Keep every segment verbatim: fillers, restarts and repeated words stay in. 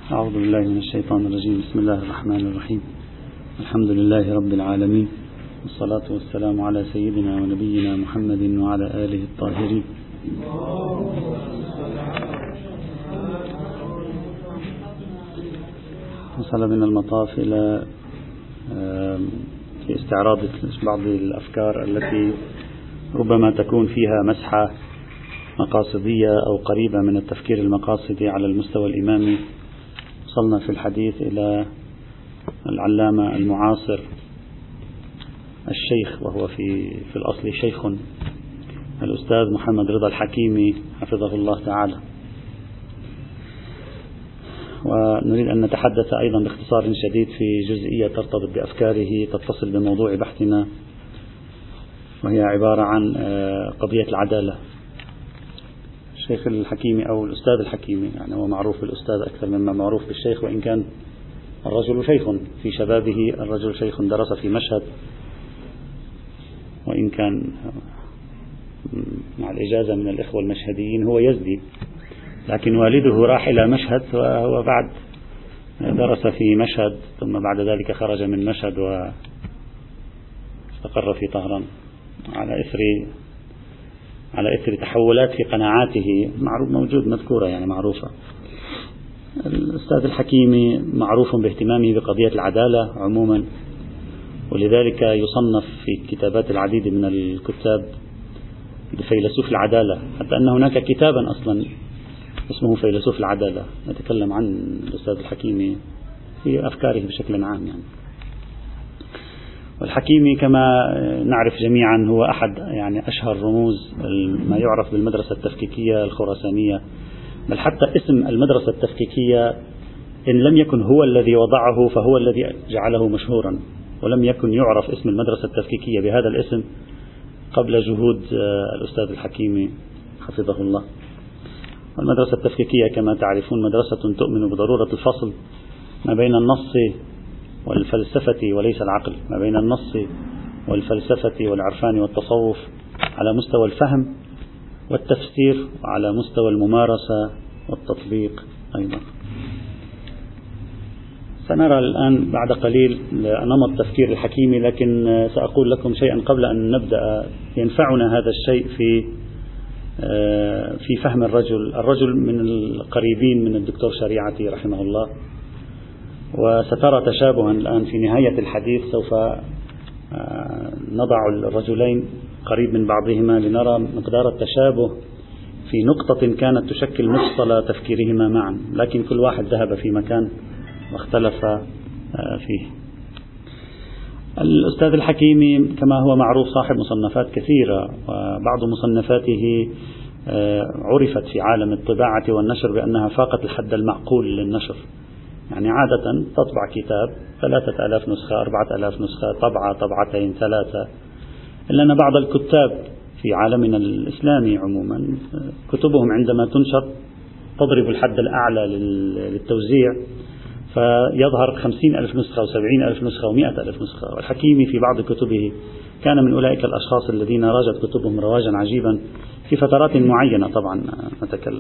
أعوذ بالله من الشيطان الرجيم. بسم الله الرحمن الرحيم. الحمد لله رب العالمين، والصلاة والسلام على سيدنا ونبينا محمد وعلى آله الطاهرين. وصل بنا المطاف إلى في استعراض بعض الأفكار التي ربما تكون فيها مسحة مقاصدية أو قريبة من التفكير المقاصدي على المستوى الإمامي. وصلنا في الحديث إلى العلامة المعاصر الشيخ، وهو في في الأصل شيخ، الأستاذ محمد رضا الحكيمي حفظه الله تعالى. ونريد أن نتحدث أيضا باختصار شديد في جزئية ترتبط بأفكاره تتصل بموضوع بحثنا، وهي عبارة عن قضية العدالة. الشيخ الحكيمي أو الأستاذ الحكيمي، يعني هو معروف بالأستاذ أكثر مما معروف بالشيخ، وإن كان الرجل شيخ في شبابه، الرجل شيخ درس في مشهد، وإن كان مع الإجازة من الإخوة المشهديين هو يزدي، لكن والده راح إلى مشهد وهو بعد درس في مشهد، ثم بعد ذلك خرج من مشهد واستقر في طهران على إثر على إثر تحولات في قناعاته معروف موجود مذكورة يعني معروفة. الأستاذ الحكيمي معروف باهتمامه بقضية العدالة عموما، ولذلك يصنف في كتابات العديد من الكتاب بفيلسوف العدالة، حتى أن هناك كتابا أصلا اسمه فيلسوف العدالة يتكلم عن الأستاذ الحكيمي في أفكاره بشكل عام يعني. والحكيمي كما نعرف جميعا هو أحد يعني أشهر رموز ما يعرف بالمدرسة التفكيكية الخراسانية، بل حتى اسم المدرسة التفكيكية إن لم يكن هو الذي وضعه فهو الذي جعله مشهورا، ولم يكن يعرف اسم المدرسة التفكيكية بهذا الاسم قبل جهود الأستاذ الحكيمي حفظه الله. والمدرسة التفكيكية كما تعرفون مدرسة تؤمن بضرورة الفصل ما بين النص والفلسفة وليس العقل، ما بين النص والفلسفة والعرفان والتصوف على مستوى الفهم والتفسير، وعلى مستوى الممارسة والتطبيق أيضا. سنرى الآن بعد قليل نمط تفكير الحكيمي، لكن سأقول لكم شيئا قبل أن نبدأ ينفعنا هذا الشيء في في فهم الرجل. الرجل من القريبين من الدكتور شريعتي رحمه الله، وسترى تشابها الآن في نهاية الحديث. سوف نضع الرجلين قريب من بعضهما لنرى مقدار التشابه في نقطة كانت تشكل مفصل تفكيرهما معا، لكن كل واحد ذهب في مكان واختلف فيه. الأستاذ الحكيمي كما هو معروف صاحب مصنفات كثيرة، وبعض مصنفاته عرفت في عالم الطباعة والنشر بأنها فاقت الحد المعقول للنشر. يعني عادة تطبع كتاب ثلاثة آلاف نسخة، أربعة آلاف نسخة، طبعة طبعتين ثلاثة، إلا أن بعض الكتاب في عالمنا الإسلامي عموما كتبهم عندما تنشر تضرب الحد الأعلى للتوزيع، فيظهر خمسين ألف نسخة وسبعين ألف نسخة ومئة ألف نسخة. والحكيمي في بعض كتبه كان من أولئك الأشخاص الذين راجت كتبهم رواجا عجيبا في فترات معينة طبعا نتكلم.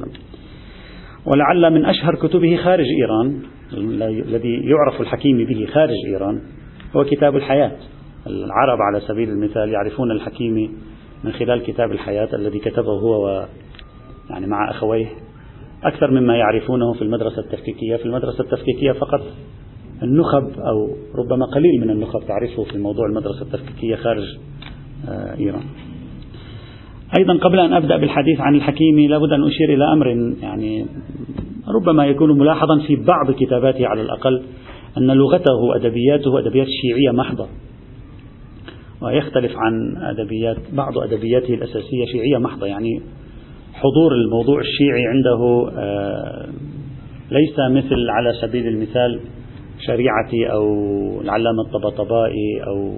ولعل من أشهر كتبه خارج إيران الذي يعرف الحكيمي به خارج إيران هو كتاب الحياة. العرب على سبيل المثال يعرفون الحكيمي من خلال كتاب الحياة الذي كتبه هو يعني مع أخويه أكثر مما يعرفونه في المدرسة التفكيكية. في المدرسة التفكيكية فقط النخب أو ربما قليل من النخب تعرفه في موضوع المدرسة التفكيكية خارج إيران. أيضا قبل أن أبدأ بالحديث عن الحكيمي لابد أن أشير إلى أمر يعني ربما يكون ملاحظا في بعض كتاباته على الأقل، أن لغته وأدبياته أدبيات شيعية محضة، ويختلف عن أدبيات بعض أدبياته الأساسية شيعية محضة. يعني حضور الموضوع الشيعي عنده ليس مثل على سبيل المثال شريعتي أو العلامة الطباطبائي أو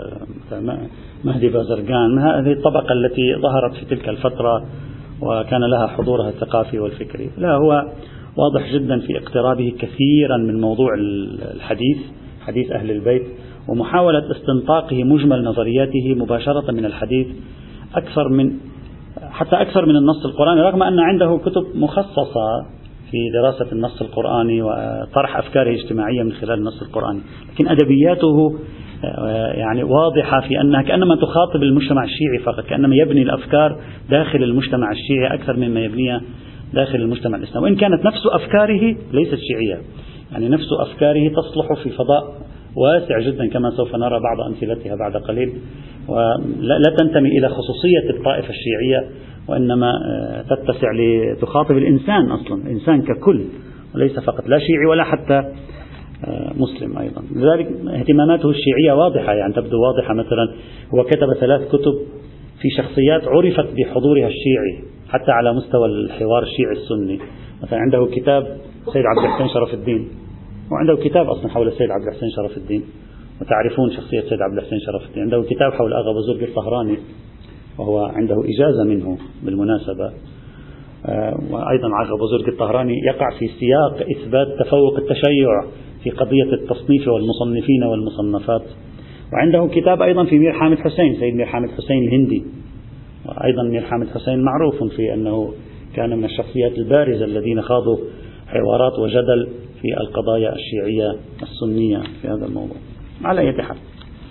مهدي بازرقان، هذه الطبقة التي ظهرت في تلك الفترة وكان لها حضورها الثقافي والفكري. لا، هو واضح جدا في اقترابه كثيرا من موضوع الحديث، حديث أهل البيت، ومحاولة استنطاقه مجمل نظرياته مباشرة من الحديث أكثر من حتى أكثر من النص القرآني، رغم أن عنده كتب مخصصة في دراسة النص القرآني وطرح أفكاره الاجتماعية من خلال النص القرآني، لكن أدبياته يعني واضحة في أنها كأنما تخاطب المجتمع الشيعي فقط، كأنما يبني الأفكار داخل المجتمع الشيعي أكثر مما يبنيها داخل المجتمع الإسلامي، وإن كانت نفس أفكاره ليست شيعية، يعني نفس أفكاره تصلح في فضاء واسع جدا كما سوف نرى بعض أمثلتها بعد قليل، ولا تنتمي إلى خصوصية الطائفة الشيعية، وإنما تتسع لتخاطب الإنسان أصلا، الإنسان ككل، وليس فقط لا شيعي ولا حتى مسلم أيضا. لذلك اهتماماته الشيعية واضحة، يعني تبدو واضحة. مثلا هو كتب ثلاث كتب في شخصيات عرفت بحضورها الشيعي حتى على مستوى الحوار الشيعي السني. مثلا عنده كتاب سيد عبد الحسين شرف الدين، وعنده كتاب أصلا حول السيد عبد الحسين شرف الدين، وتعرفون شخصية سيد عبد الحسين شرف الدين. عنده كتاب حول أغا بزرق الطهراني، وهو عنده إجازة منه بالمناسبة. وأيضا أغا بزرق الطهراني يقع في سياق إثبات تفوق التشيع في قضية التصنيف والمصنفين والمصنفات. وعنده كتاب أيضا في مير حامد حسين، سيد مير حامد حسين الهندي، وأيضا مير حامد حسين معروف في أنه كان من الشخصيات البارزة الذين خاضوا حوارات وجدل في القضايا الشيعية السنية في هذا الموضوع. على أي حال،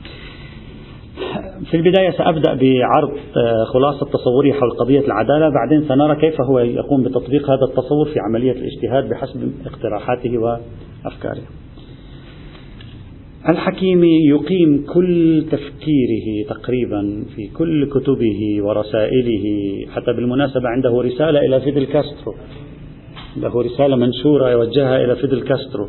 في البداية سأبدأ بعرض خلاصة تصوري حول قضية العدالة، بعدين سنرى كيف هو يقوم بتطبيق هذا التصور في عملية الاجتهاد بحسب اقتراحاته وأفكاره. الحكيمي يقيم كل تفكيره تقريبا في كل كتبه ورسائله، حتى بالمناسبة عنده رسالة إلى فيدل كاسترو، له رسالة منشورة يوجهها إلى فيدل كاسترو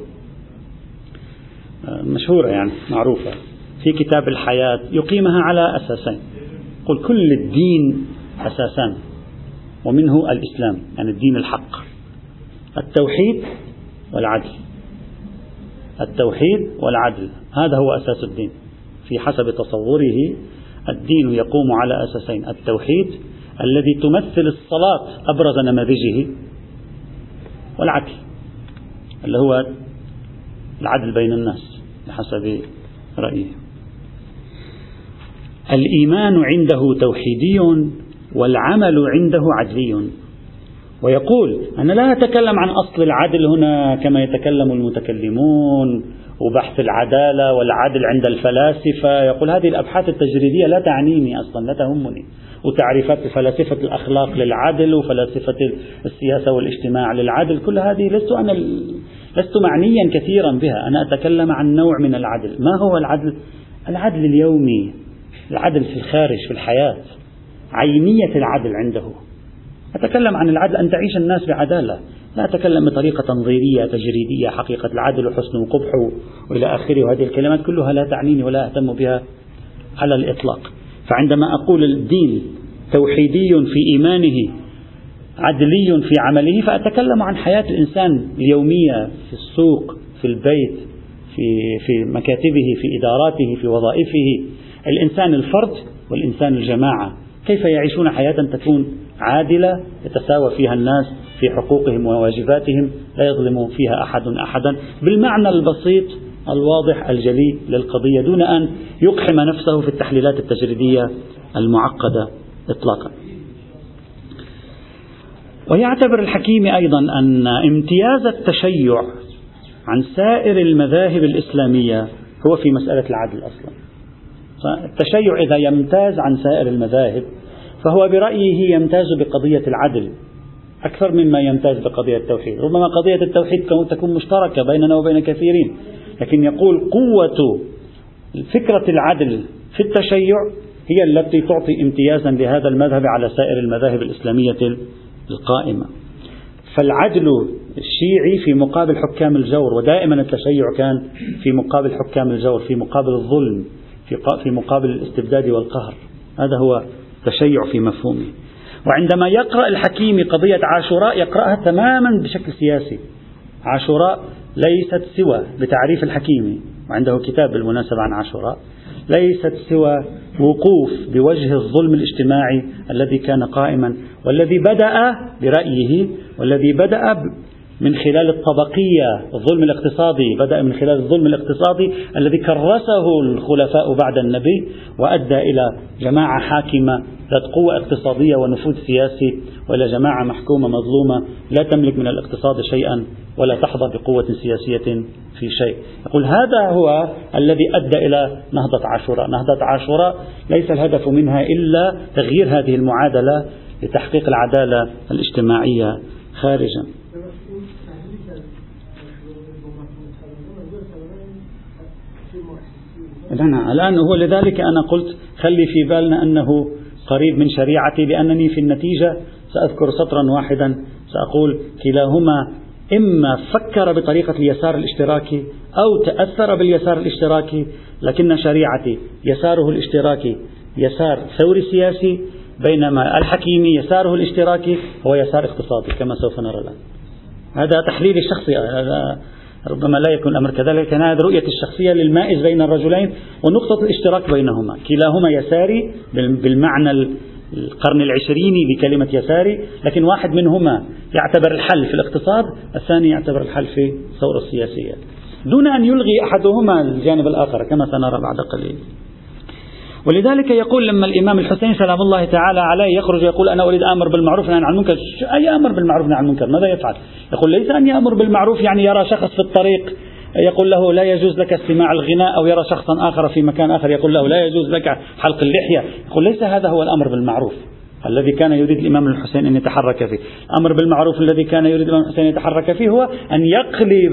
مشهورة يعني معروفة، في كتاب الحياة، يقيمها على أساسين. قل كل الدين أساسان، ومنه الإسلام، يعني الدين الحق، التوحيد والعدل. التوحيد والعدل هذا هو أساس الدين في حسب تصوره. الدين يقوم على أساسين: التوحيد الذي تمثل الصلاة أبرز نماذجه، والعدل اللي هو العدل بين الناس بحسب رأيه. الإيمان عنده توحيدي والعمل عنده عدلي. ويقول: أنا لا أتكلم عن أصل العدل هنا كما يتكلم المتكلمون وبحث العدالة والعدل عند الفلاسفة. يقول: هذه الأبحاث التجريدية لا تعنيني أصلا، لا تهمني، وتعريفات فلاسفة الأخلاق للعدل وفلاسفة السياسة والاجتماع للعدل، كل هذه لست أنا لست معنيا كثيرا بها. أنا أتكلم عن نوع من العدل. ما هو العدل؟ العدل اليومي، العدل في الخارج في الحياة، عينية العدل عنده. أتكلم عن العدل أن تعيش الناس بعدالة، لا أتكلم بطريقة تنظيرية تجريدية، حقيقة العدل وحسن وقبح وإلى آخره، وهذه الكلمات كلها لا تعنيني ولا أهتم بها على الإطلاق. فعندما أقول الدين توحيدي في إيمانه عدلي في عمله، فأتكلم عن حياة الإنسان اليومية في السوق، في البيت، في في مكاتبه، في إداراته، في وظائفه. الإنسان الفرد والإنسان الجماعة، كيف يعيشون حياة تكون عادلة يتساوى فيها الناس في حقوقهم وواجباتهم، لا يظلم فيها أحد أحدا، بالمعنى البسيط الواضح الجلي للقضية، دون أن يقحم نفسه في التحليلات التجريدية المعقدة إطلاقا. ويعتبر الحكيمي أيضا أن امتياز التشيع عن سائر المذاهب الإسلامية هو في مسألة العدل أصلا. التشيع إذا يمتاز عن سائر المذاهب فهو برأيه يمتاز بقضية العدل أكثر مما يمتاز بقضية التوحيد. ربما قضية التوحيد تكون مشتركة بيننا وبين كثيرين، لكن يقول قوة فكرة العدل في التشيع هي التي تعطي امتيازا لهذا المذهب على سائر المذاهب الإسلامية القائمة. فالعدل الشيعي في مقابل حكام الجور، ودائما التشيع كان في مقابل حكام الجور، في مقابل الظلم، في مقابل الاستبداد والقهر. هذا هو تشيع في مفهومه. وعندما يقرأ الحكيمي قضية عاشوراء يقرأها تماما بشكل سياسي. عاشوراء ليست سوى بتعريف الحكيمي، وعنده كتاب بالمناسبة عن عاشوراء، ليست سوى وقوف بوجه الظلم الاجتماعي الذي كان قائما، والذي بدأ برأيه والذي بدأ من خلال الطبقية. الظلم الاقتصادي بدأ من خلال الظلم الاقتصادي الذي كرسه الخلفاء بعد النبي وأدى إلى جماعة حاكمة ذات قوة اقتصادية ونفوذ سياسي، وإلى جماعة محكومة مظلومة لا تملك من الاقتصاد شيئا ولا تحظى بقوة سياسية في شيء. يقول هذا هو الذي أدى إلى نهضة عاشوراء. نهضة عاشوراء ليس الهدف منها إلا تغيير هذه المعادلة لتحقيق العدالة الاجتماعية خارجا. الآن هو لذلك أنا قلت خلي في بالنا أنه قريب من شريعتي، لأنني في النتيجة سأذكر سطرا واحدا سأقول كلاهما إما فكر بطريقة اليسار الاشتراكي أو تأثر باليسار الاشتراكي، لكن شريعتي يساره الاشتراكي يسار ثوري سياسي، بينما الحكيمي يساره الاشتراكي هو يسار اقتصادي كما سوف نرى الآن. هذا تحليلي الشخصي، هذا ربما لا يكون الأمر كذلك، لكن هذه رؤية الشخصية للمائز بين الرجلين ونقطة الاشتراك بينهما. كلاهما يساري بالمعنى القرن العشريني بكلمة يساري، لكن واحد منهما يعتبر الحل في الاقتصاد، الثاني يعتبر الحل في الثورة السياسية، دون أن يلغي أحدهما الجانب الآخر كما سنرى بعد قليل. ولذلك يقول لما الإمام الحسين سلام الله تعالى عليه يخرج يقول أنا أريد أمر بالمعروف ونهي عن المنكر، أي أمر بالمعروف ونهي عن المنكر؟ ماذا يفعل؟ يقول ليس أن يأمر بالمعروف يعني يرى شخص في الطريق يقول له لا يجوز لك استماع الغناء، أو يرى شخصا آخر في مكان آخر يقول له لا يجوز لك حلق اللحية. يقول ليس هذا هو الأمر بالمعروف الذي كان يريد الإمام الحسين أن يتحرك فيه. الأمر بالمعروف الذي كان يريد الإمام الحسين أن يتحرك فيه هو أن يقلب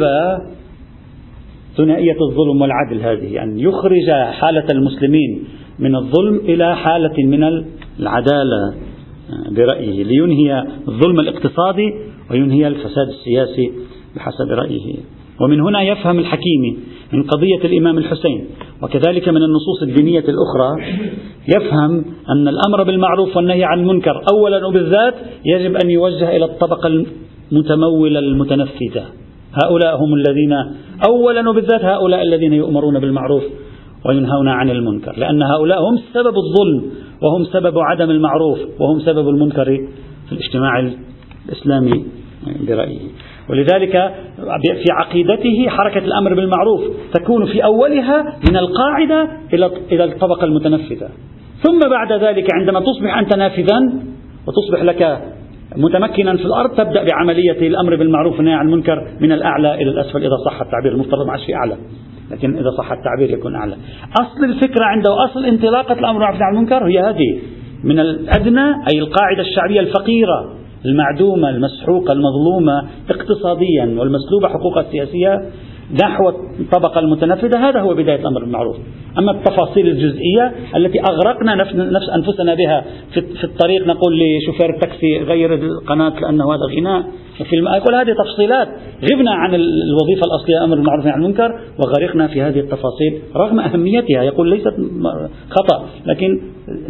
ثنائية الظلم والعدل هذه، أن يخرج حالة المسلمين من الظلم إلى حالة من العدالة برأيه، لينهي الظلم الاقتصادي وينهي الفساد السياسي بحسب رأيه. ومن هنا يفهم الحكيمي من قضية الإمام الحسين وكذلك من النصوص الدينية الأخرى، يفهم أن الأمر بالمعروف والنهي عن المنكر أولا وبالذات يجب أن يوجه إلى الطبقة المتمولة المتنفذة. هؤلاء هم الذين أولا وبالذات هؤلاء الذين يؤمرون بالمعروف وينهون عن المنكر، لأن هؤلاء هم سبب الظلم وهم سبب عدم المعروف وهم سبب المنكر في الاجتماع الإسلامي برأيه. ولذلك في عقيدته حركة الأمر بالمعروف تكون في أولها من القاعدة إلى إلى الطبقة المتنفذة، ثم بعد ذلك عندما تصبح أنت نافذا وتصبح لك متمكنا في الأرض تبدأ بعملية الأمر بالمعروف والنهي عن المنكر من الأعلى إلى الأسفل إذا صح التعبير. المفترض ما عادش في أعلى، لكن إذا صح التعبير يكون أعلى. أصل الفكرة عنده وأصل انطلاقة الأمر بالمعروف والنهي عن المنكر هي هذه، من الأدنى أي القاعدة الشعبية الفقيرة المعدومة المسحوقة المظلومة اقتصاديا والمسلوبة حقوقها السياسية نحو الطبقة المتنفذة. هذا هو بداية الأمر بالمعروف. أما التفاصيل الجزئية التي أغرقنا نفس أنفسنا بها في الطريق، نقول لشوفير التاكسي غير القناة لأنه هذا غناء، كل هذه تفصيلات غبنا عن الوظيفة الأصلية أمر بالمعروف والنهي عن المنكر وغرقنا في هذه التفاصيل رغم أهميتها. يقول ليست خطأ، لكن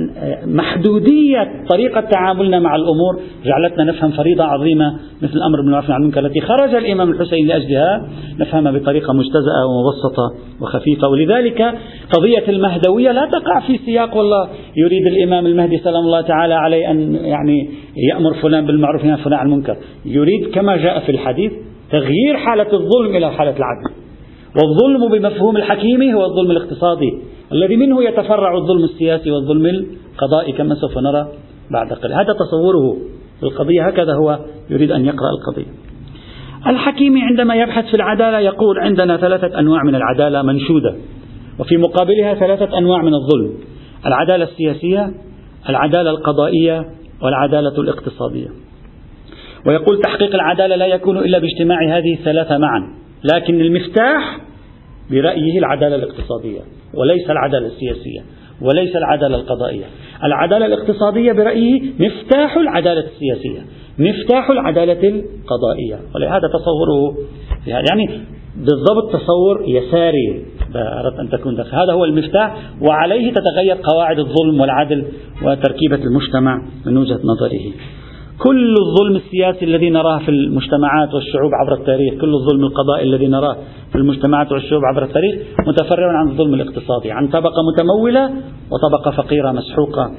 محدودية طريقة تعاملنا مع الأمور جعلتنا نفهم فريضة عظيمة مثل الأمر بالمعروف والنهي عن المنكر التي خرج الإمام الحسين لأجلها نفهمها بطريقة مجتزأة ومبسطة وخفيفة. ولذلك قضية المهدوية لا تقع في سياق والله يريد الإمام المهدي سلام الله تعالى عليه أن يعني يأمر فلان بالمعروف وينهى فلان عن المنكر، يريد كما جاء في الحديث تغيير حالة الظلم إلى حالة العدل. والظلم بمفهوم الحكيمي هو الظلم الاقتصادي الذي منه يتفرع الظلم السياسي والظلم القضائي كما سوف نرى بعد قليل. هذا تصوره القضية، هكذا هو يريد أن يقرأ القضية. الحكيمي عندما يبحث في العدالة يقول عندنا ثلاثة أنواع من العدالة منشودة، وفي مقابلها ثلاثة أنواع من الظلم: العدالة السياسية، العدالة القضائية، والعدالة الاقتصادية. ويقول تحقيق العدالة لا يكون إلا باجتماع هذه الثلاثة معا، لكن المفتاح برأيه العدالة الاقتصادية وليس العدالة السياسية وليس العدالة القضائية. العدالة الاقتصادية برأيه مفتاح العدالة السياسية، مفتاح العدالة القضائية. ولهذا تصوره يعني بالضبط تصور يساري أردت أن تكون دخل. هذا هو المفتاح، وعليه تتغير قواعد الظلم والعدل وتركيبة المجتمع من وجهة نظره. كل الظلم السياسي الذي نراه في المجتمعات والشعوب عبر التاريخ، كل الظلم القضائي الذي نراه في المجتمعات والشعوب عبر التاريخ متفرع عن الظلم الاقتصادي، عن طبقة متمولة وطبقة فقيرة مسحوقة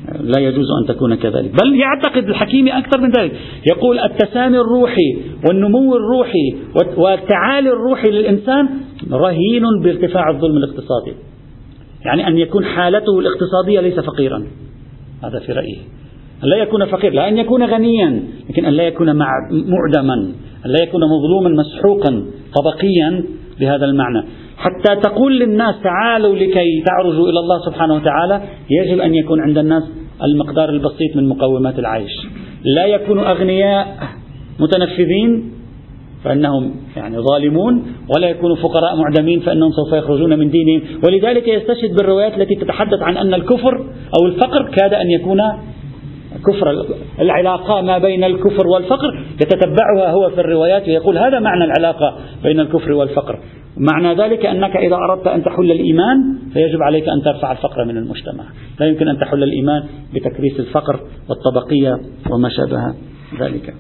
لا يجوز أن تكون كذلك، بل يعتقد الحكيمي أكثر من ذلك، يقول التسامي الروحي والنمو الروحي والتعالي الروحي للإنسان رهين بارتفاع الظلم الاقتصادي، يعني أن يكون حالته الاقتصادية ليس فقيرا، هذا في رأيه، أن لا يكون فقير، لا أن يكون غنيا، لكن أن لا يكون معدما، أن لا يكون مظلوما مسحوقا طبقيا بهذا المعنى. حتى تقول للناس تعالوا لكي تعرجوا إلى الله سبحانه وتعالى، يجب أن يكون عند الناس المقدار البسيط من مقومات العيش، لا يكونوا أغنياء متنفذين فإنهم يعني ظالمون، ولا يكونوا فقراء معدمين فإنهم سوف يخرجون من دينهم. ولذلك يستشهد بالروايات التي تتحدث عن أن الكفر أو الفقر كاد أن يكون كفر، العلاقة ما بين الكفر والفقر يتتبعها هو في الروايات ويقول هذا معنى العلاقة بين الكفر والفقر، معنى ذلك أنك إذا أردت أن تحل الإيمان فيجب عليك أن ترفع الفقر من المجتمع، لا يمكن أن تحل الإيمان بتكريس الفقر والطبقية وما شابه ذلك.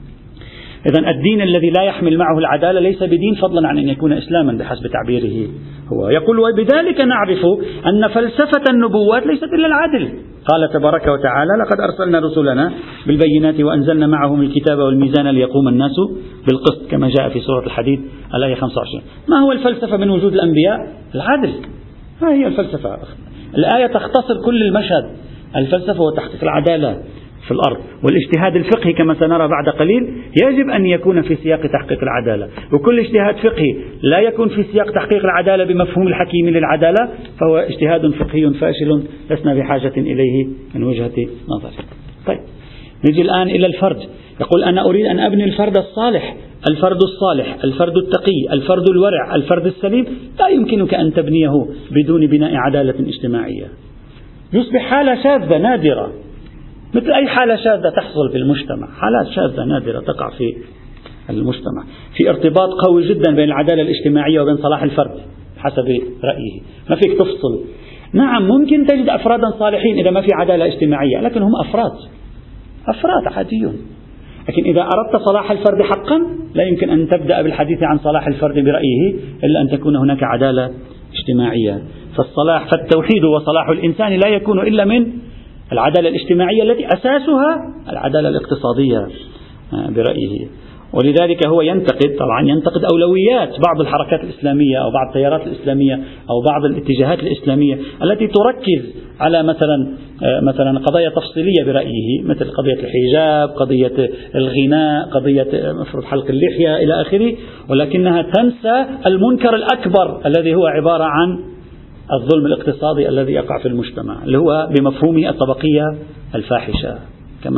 إذن الدين الذي لا يحمل معه العدالة ليس بدين، فضلا عن أن يكون إسلاما بحسب تعبيره هو. يقول وبذلك نعرف أن فلسفة النبوات ليست إلا العدل. قال تبارك وتعالى لقد أرسلنا رسلنا بالبينات وأنزلنا معهم الكتاب والميزان ليقوم الناس بالقسط كما جاء في سورة الحديد الآية خمسة وعشرين. ما هو الفلسفة من وجود الأنبياء؟ العدل، ما هي الفلسفة؟ الآية تختصر كل المشهد. الفلسفة هو تحقيق العدالة في الأرض، والاجتهاد الفقهي كما سنرى بعد قليل يجب أن يكون في سياق تحقيق العدالة، وكل اجتهاد فقهي لا يكون في سياق تحقيق العدالة بمفهوم الحكيم للعدالة فهو اجتهاد فقهي فاشل لسنا بحاجة إليه من وجهة نظر. طيب نجي الآن إلى الفرد. يقول أنا أريد أن أبني الفرد الصالح، الفرد الصالح، الفرد التقي، الفرد الورع، الفرد السليم، لا يمكنك أن تبنيه بدون بناء عدالة اجتماعية. يصبح حالة شاذة نادرة، مثل أي حالة شاذة تحصل في المجتمع، حالات شاذة نادرة تقع في المجتمع، في ارتباط قوي جدا بين العدالة الاجتماعية وبين صلاح الفرد حسب رأيه. ما فيك تفصل. نعم ممكن تجد أفرادا صالحين إذا ما في عدالة اجتماعية، لكن هم أفراد أفراد عاديون. لكن إذا أردت صلاح الفرد حقا لا يمكن أن تبدأ بالحديث عن صلاح الفرد برأيه إلا أن تكون هناك عدالة اجتماعية. فالصلاح فالتوحيد وصلاح الإنسان لا يكون إلا من العدالة الاجتماعية التي أساسها العدالة الاقتصادية برأيه. ولذلك هو ينتقد، طبعا ينتقد أولويات بعض الحركات الإسلامية أو بعض التيارات الإسلامية أو بعض الاتجاهات الإسلامية التي تركز على مثلا مثلا قضايا تفصيلية برأيه، مثل قضية الحجاب، قضية الغناء، قضية مفروض حلق اللحية إلى آخره، ولكنها تنسى المنكر الأكبر الذي هو عبارة عن الظلم الاقتصادي الذي يقع في المجتمع، اللي هو بمفهومه الطبقية الفاحشة كما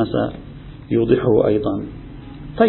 سيوضحه أيضا. طيب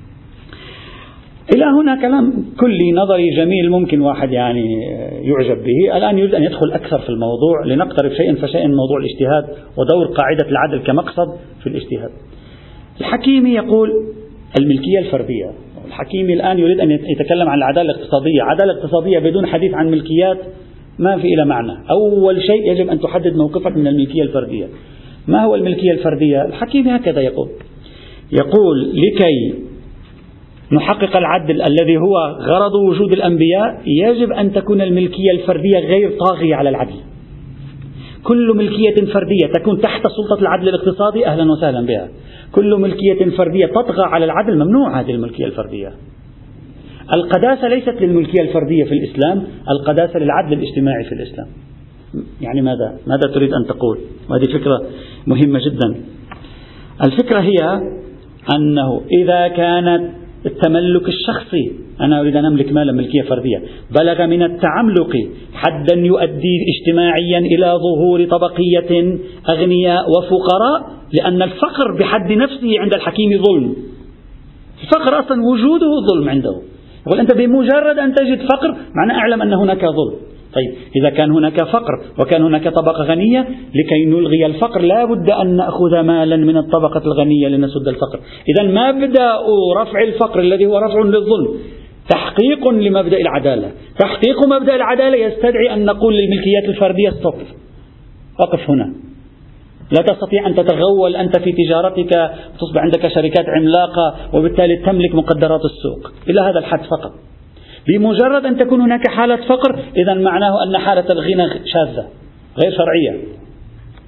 إلى هنا كلام كلي نظري جميل ممكن واحد يعني يعجب به. الآن يريد أن يدخل أكثر في الموضوع لنقترب شيئا فشيئا من موضوع الاجتهاد ودور قاعدة العدل كمقصد في الاجتهاد. الحكيمي يقول الملكية الفردية. الحكيمي الآن يريد أن يتكلم عن العدالة الاقتصادية. عدالة اقتصادية بدون حديث عن ملكيات ما في إلى معنى. أول شيء يجب أن تحدد موقفك من الملكية الفردية. ما هو الملكية الفردية؟ الحكيمي هكذا يقول يقول لكي نحقق العدل الذي هو غرض وجود الأنبياء يجب أن تكون الملكية الفردية غير طاغية على العدل. كل ملكية فردية تكون تحت سلطة العدل الاقتصادي أهلا وسهلا بها. كل ملكية فردية تطغى على العدل ممنوع هذه الملكية الفردية. القداسة ليست للملكية الفردية في الإسلام، القداسة للعدل الاجتماعي في الإسلام. يعني ماذا؟ ماذا تريد أن تقول؟ وهذه فكرة مهمة جدا. الفكرة هي أنه إذا كانت التملك الشخصي، أنا أريد أن أملك مالا ملكية فردية، بلغ من التعملق حدا يؤدي اجتماعيا إلى ظهور طبقية أغنياء وفقراء، لأن الفقر بحد نفسه عند الحكيم ظلم. الفقر أصلا وجوده ظلم عنده. يقول أنت بمجرد أن تجد فقر معنى أعلم أن هناك ظلم. طيب إذا كان هناك فقر وكان هناك طبقة غنية، لكي نلغي الفقر لا بد أن نأخذ مالا من الطبقة الغنية لنسد الفقر. إذا مبدأ رفع الفقر الذي هو رفع للظلم تحقيق لمبدأ العدالة. تحقيق مبدأ العدالة يستدعي أن نقول للملكيات الفردية ستوب، وقف هنا. لا تستطيع أن تتغول أنت في تجارتك تصبح عندك شركات عملاقة وبالتالي تملك مقدرات السوق إلى هذا الحد فقط. بمجرد أن تكون هناك حالة فقر إذا معناه أن حالة الغنى شاذة غير شرعية.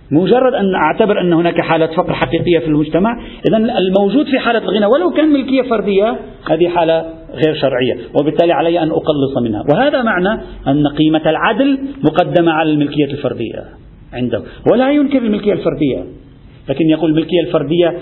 مجرد أن أعتبر أن هناك حالة فقر حقيقية في المجتمع، إذن الموجود في حالة الغنى ولو كان ملكية فردية هذه حالة غير شرعية، وبالتالي علي أن أقلص منها. وهذا معنى أن قيمة العدل مقدمة على الملكية الفردية عنده، ولا ينكر الملكية الفردية، لكن يقول الملكية الفردية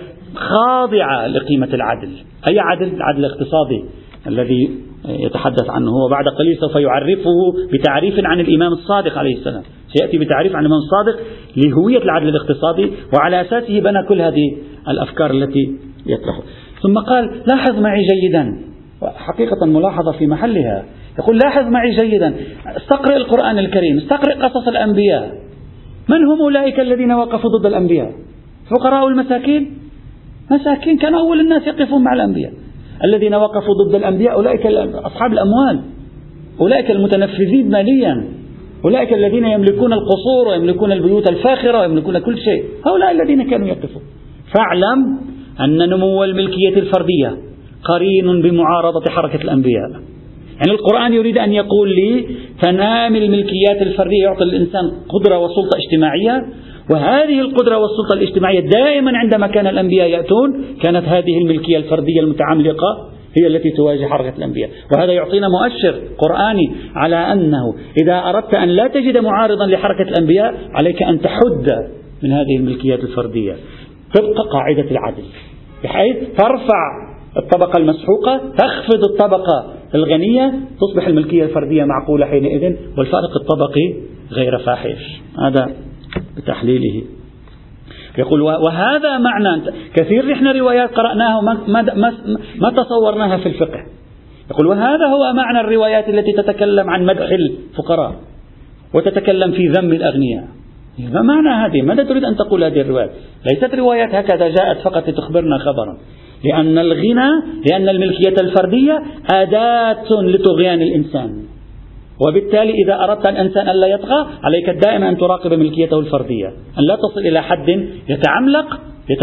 خاضعة لقيمة العدل. أي عدل؟ العدل الاقتصادي الذي يتحدث عنه هو بعد قليل سوف يعرفه بتعريف عن الإمام الصادق عليه السلام، سيأتي بتعريف عن الإمام الصادق لهوية العدل الاقتصادي، وعلى أساسه بنى كل هذه الأفكار التي يطرحها. ثم قال لاحظ معي جيدا، حقيقة ملاحظة في محلها، يقول لاحظ معي جيدا، استقرئ القرآن الكريم، استقرئ قصص الأنبياء. من هم أولئك الذين وقفوا ضد الأنبياء؟ فقراء المساكين، مساكين كانوا أول الناس يقفون مع الأنبياء. الذين وقفوا ضد الأنبياء أولئك أصحاب الأموال، أولئك المتنفذين ماليا، أولئك الذين يملكون القصور ويملكون البيوت الفاخرة ويملكون كل شيء، هؤلاء الذين كانوا يقفون. فاعلم أن نمو الملكية الفردية قرين بمعارضة حركة الأنبياء. يعني القرآن يريد أن يقول لي تنامي الملكيات الفردية يعطي الإنسان قدرة وسلطة اجتماعية، وهذه القدرة والسلطة الاجتماعية دائما عندما كان الأنبياء يأتون كانت هذه الملكية الفردية المتعملقة هي التي تواجه حركة الأنبياء. وهذا يعطينا مؤشر قرآني على أنه إذا أردت أن لا تجد معارضا لحركة الأنبياء عليك أن تحد من هذه الملكيات الفردية، تبقى قاعدة العدل بحيث ترفع الطبقة المسحوقة، تخفض الطبقة الغنية، تصبح الملكية الفردية معقولة حينئذ، والفارق الطبقي غير فاحش. هذا بتحليله. يقول وهذا معنى كثير نحن روايات قرأناها وما ما ما, ما تصورناها في الفقه. يقول وهذا هو معنى الروايات التي تتكلم عن مدح الفقراء وتتكلم في ذم الأغنياء. ما معنى هذه؟ ماذا تريد أن تقول هذه الروايات؟ ليست روايات هكذا جاءت فقط لتخبرنا خبرا، لأن الغنى، لأن الملكية الفردية أداة لطغيان الإنسان، وبالتالي إذا أردت الإنسان أن لا يطغى عليك دائما أن تراقب ملكيته الفردية، أن لا تصل إلى حد يتعملق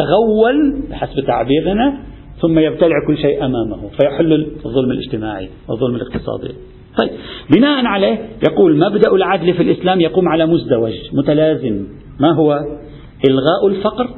يتغول بحسب تعبيرنا ثم يبتلع كل شيء أمامه فيحل الظلم الاجتماعي والظلم الاقتصادي. طيب، بناء عليه يقول مبدأ العدل في الإسلام يقوم على مزدوج متلازم. ما هو؟ إلغاء الفقر،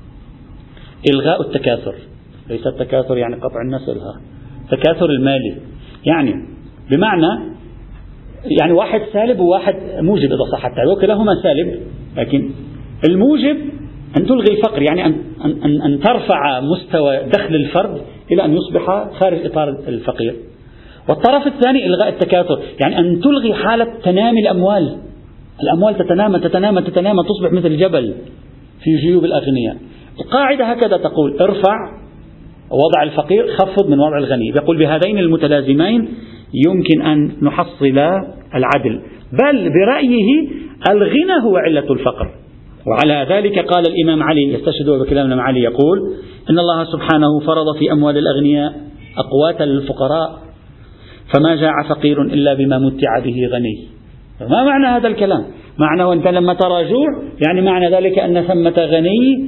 إلغاء التكاثر. ليس التكاثر يعني قطع النسل، ها التكاثر المالي، يعني بمعنى يعني واحد سالب وواحد موجب إذا صح التعبير، وكلاهما سالب، لكن الموجب أن تلغي الفقر، يعني أن, أن, أن ترفع مستوى دخل الفرد إلى أن يصبح خارج إطار الفقير. والطرف الثاني إلغاء التكاثر، يعني أن تلغي حالة تنامي الأموال، الأموال تتنامى تتنامى تتنامى تصبح مثل الجبل في جيوب الأغنياء. القاعدة هكذا تقول ارفع وضع الفقير، خفض من وضع الغني. يقول بهذين المتلازمين يمكن أن نحصل العدل، بل برأيه الغنى هو علة الفقر. وعلى ذلك قال الإمام علي، يستشهد بكلام الإمام علي، يقول إن الله سبحانه فرض في أموال الأغنياء أقواتا للفقراء فما جاع فقير إلا بما متع به غني. ما معنى هذا الكلام؟ معنى وأنت لما ترى جوع يعني معنى ذلك أن ثمة غني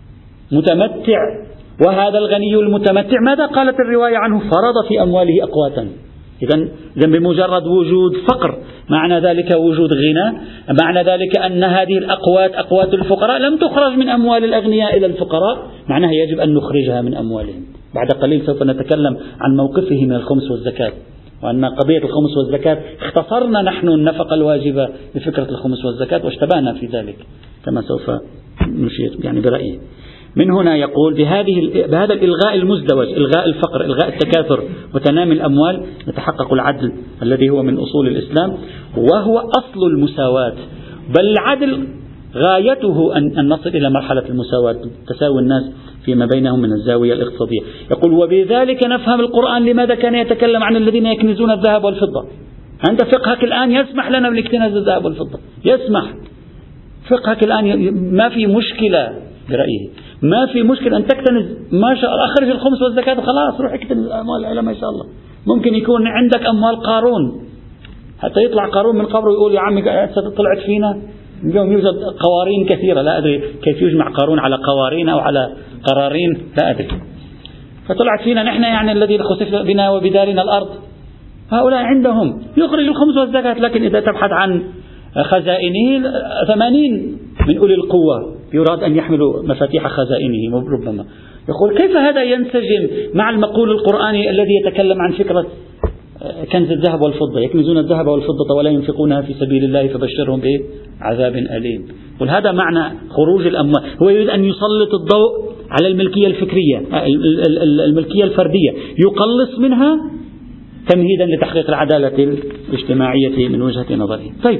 متمتع، وهذا الغني المتمتع ماذا قالت الرواية عنه؟ فرض في أمواله أقواتا. إذن بمجرد وجود فقر معنى ذلك وجود غنى، معنى ذلك أن هذه الأقوات أقوات الفقراء لم تخرج من أموال الأغنياء إلى الفقراء، معناها يجب أن نخرجها من أموالهم. بعد قليل سوف نتكلم عن موقفه من الخمس والزكاة، وأن قضية الخمس والزكاة اختصرنا نحن النفقة الواجبة بفكرة الخمس والزكاة واشتبهنا في ذلك كما سوف نشير يعني برأيي. من هنا يقول بهذه بهذا الإلغاء المزدوج، إلغاء الفقر، إلغاء التكاثر وتنامي الأموال، يتحقق العدل الذي هو من أصول الإسلام وهو أصل المساواة. بل العدل غايته أن, أن نصل إلى مرحلة المساواة، تساوي الناس فيما بينهم من الزاوية الاقتصادية. يقول وبذلك نفهم القرآن لماذا كان يتكلم عن الذين يكنزون الذهب والفضة. أنت فقهك الآن يسمح لنا بالاكتناز الذهب والفضة، يسمح فقهك الآن، ما في مشكلة برأيه، ما في مشكلة أن تكتنز، ما شاء الله أخرج الخمس والزكاة خلاص روح اكتنز الأموال إلى ما شاء الله. ممكن يكون عندك أموال قارون حتى يطلع قارون من قبره يقول يا عمي طلعت فينا. اليوم يوجد قوارين كثيرة، لا أدري كيف يجمع قارون على قوارين أو على قرارين، لا أدري. فطلعت فينا نحن يعني الذي خسف بنا وبدارنا الأرض. هؤلاء عندهم يخرج الخمس والزكاة، لكن إذا تبحث عن خزائنه ثمانين من أولي القوة يراد أن يحملوا مفاتيح خزائنه ربما، يقول كيف هذا ينسجم مع المقول القرآني الذي يتكلم عن فكرة كنز الذهب والفضة، يكنزون الذهب والفضة ولا ينفقونها في سبيل الله فبشرهم بعذاب أليم. وهذا معنى خروج الأموال، هو يريد أن يسلط الضوء على الملكية الفكرية الملكية الفردية، يقلص منها تمهيدا لتحقيق العدالة الاجتماعية من وجهة نظره. طيب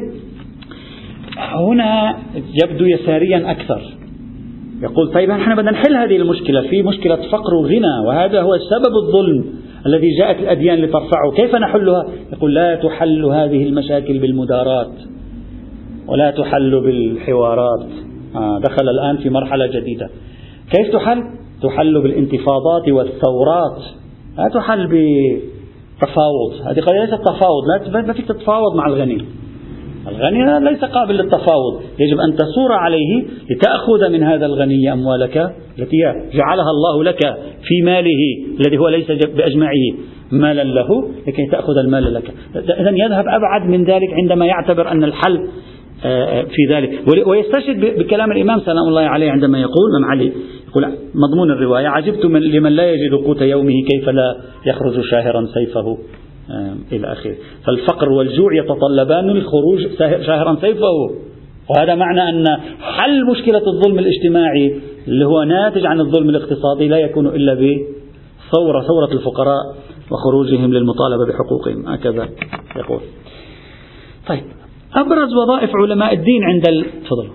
هنا يبدو يساريا أكثر، يقول طيب نحن بدنا نحل هذه المشكلة، في مشكلة فقر وغنى وهذا هو سبب الظلم الذي جاءت الأديان لترفعه، كيف نحلها؟ يقول لا تحل هذه المشاكل بالمدارات ولا تحل بالحوارات. آه دخل الآن في مرحلة جديدة. كيف تحل؟ تحل بالانتفاضات والثورات، لا تحل بتفاوض. هذه قضية ليست تفاوض، لا فيك تتفاوض مع الغني، الغني ليس قابل للتفاوض، يجب أن تصور عليه لتأخذ من هذا الغني أموالك التي جعلها الله لك في ماله الذي هو ليس بأجمعه مالا له، لكي تأخذ المال لك. إذن يذهب أبعد من ذلك عندما يعتبر أن الحل في ذلك، ويستشهد بكلام الإمام سلام الله عليه عندما يقول إمام علي يقول مضمون الرواية: عجبت من لمن لا يجد قوت يومه كيف لا يخرج شاهرا سيفه إلى آخره. فالفقر والجوع يتطلبان الخروج شاهرا سيفه، وهذا معنى أن حل مشكلة الظلم الاجتماعي اللي هو ناتج عن الظلم الاقتصادي لا يكون إلا بثورة ثورة الفقراء وخروجهم للمطالبة بحقوقهم، هكذا يقول. طيب أبرز وظائف علماء الدين عند الفضل.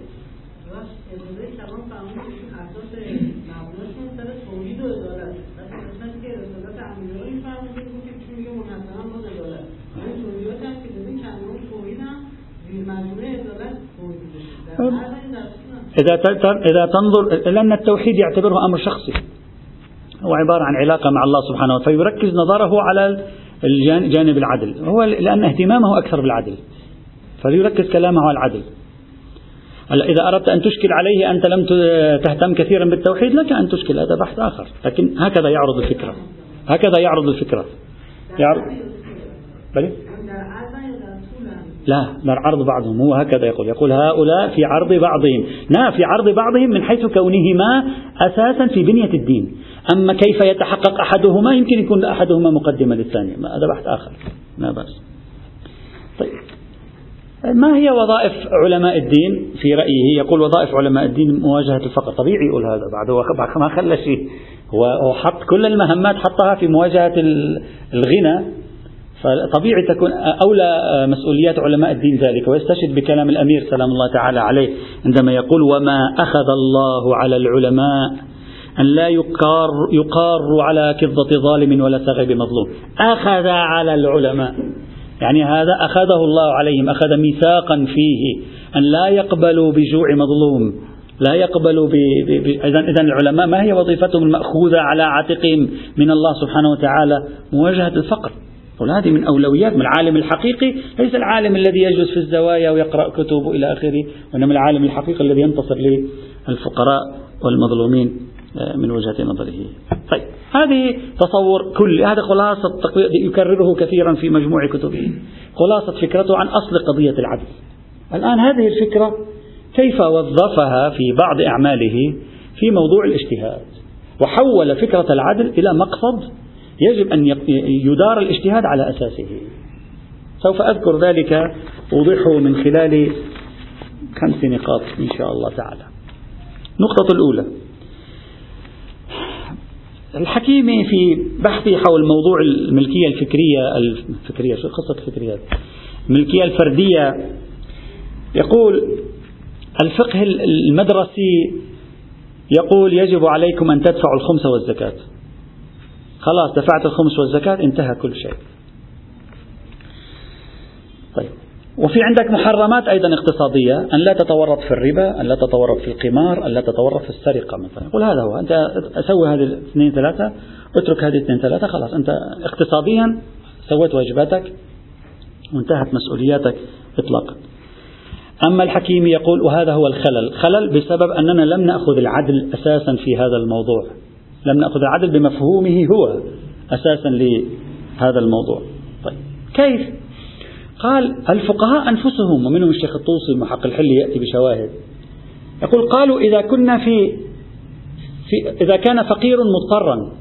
إذا إذا تنظر، لأن التوحيد يعتبره أمر شخصي، هو عبارة عن علاقة مع الله سبحانه وتعالى، فيركز نظره على الجانب العدل، هو لأن اهتمامه أكثر بالعدل فليركز كلامه على العدل. إذا أردت أن تشكل عليه أنت لم تهتم كثيرا بالتوحيد لك أن تشكل، هذا بحث آخر، لكن هكذا يعرض الفكرة، هكذا يعرض الفكرة يعرض بلي؟ لا لا عرض بعضهم، هو هكذا يقول يقول هؤلاء في عرض بعضهم، لا في عرض بعضهم من حيث كونهما أساسا في بنية الدين، أما كيف يتحقق أحدهما يمكن يكون أحدهما مقدمة للثاني، هذا بحث آخر لا بأس. طيب ما هي وظائف علماء الدين في رأيه؟ يقول وظائف علماء الدين مواجهة الفقر. طبيعي يقول هذا، بعده ما خلى شيء، هو حط كل المهمات حطها في مواجهة الغنى، فطبيعي تكون أولى مسؤوليات علماء الدين ذلك. ويستشهد بكلام الأمير سلام الله تعالى عليه عندما يقول: وما أخذ الله على العلماء أن لا يقار, يقار على كظة ظالم ولا سغب مظلوم. أخذ على العلماء يعني هذا أخذه الله عليهم، أخذ ميثاقا فيه أن لا يقبلوا بجوع مظلوم، لا يقبلوا ب... ب... إذن إذن العلماء ما هي وظيفتهم المأخوذة على عاتقهم من الله سبحانه وتعالى؟ مواجهة الفقر. وهذه من أولويات. من العالم الحقيقي ليس العالم الذي يجلس في الزوايا ويقرأ كتب إلى آخره، وإنما العالم الحقيقي الذي ينتصر للفقراء والمظلومين من وجهة نظره. طيب هذه تصور كل هذا خلاصة يكرره كثيرا في مجموع كتبه، خلاصة فكرته عن أصل قضية العدل. الآن هذه الفكرة كيف وظفها في بعض أعماله في موضوع الاجتهاد، وحول فكرة العدل إلى مقصد يجب أن يدار الاجتهاد على أساسه. سوف أذكر ذلك أوضحه من خلال خمس نقاط إن شاء الله تعالى. النقطة الأولى: الحكيمي في بحثه حول موضوع الملكية الفكرية الفكرية شو قصة الفكرية الملكية الفردية يقول: الفقه المدرسي يقول يجب عليكم أن تدفعوا الخمس والزكاة. خلاص دفعت الخمس والزكاة انتهى كل شيء. طيب وفي عندك محرمات أيضا اقتصادية، أن لا تتورط في الربا، أن لا تتورط في القمار، أن لا تتورط في السرقة مثلا. يقول هذا هو، أنت أسوي هذه الاثنين ثلاثة، اترك هذه الاثنين ثلاثة، خلاص أنت اقتصاديا سويت واجباتك وانتهت مسؤولياتك إطلاقا. أما الحكيم يقول وهذا هو الخلل، خلل بسبب أننا لم نأخذ العدل أساسا في هذا الموضوع، لم نأخذ العدل بمفهومه هو أساسا لهذا الموضوع. طيب كيف؟ قال الفقهاء أنفسهم، ومنهم الشيخ الطوسي محق الحلي يأتي بشواهد، يقول قالوا إذا كنا في, في إذا كان فقير مضطرا،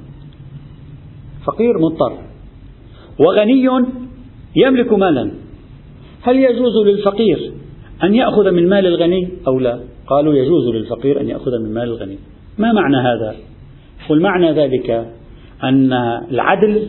فقير مضطر وغني يملك مالا، هل يجوز للفقير أن يأخذ من مال الغني أو لا؟ قالوا يجوز للفقير أن يأخذ من مال الغني. ما معنى هذا؟ يقول معنى ذلك أن العدل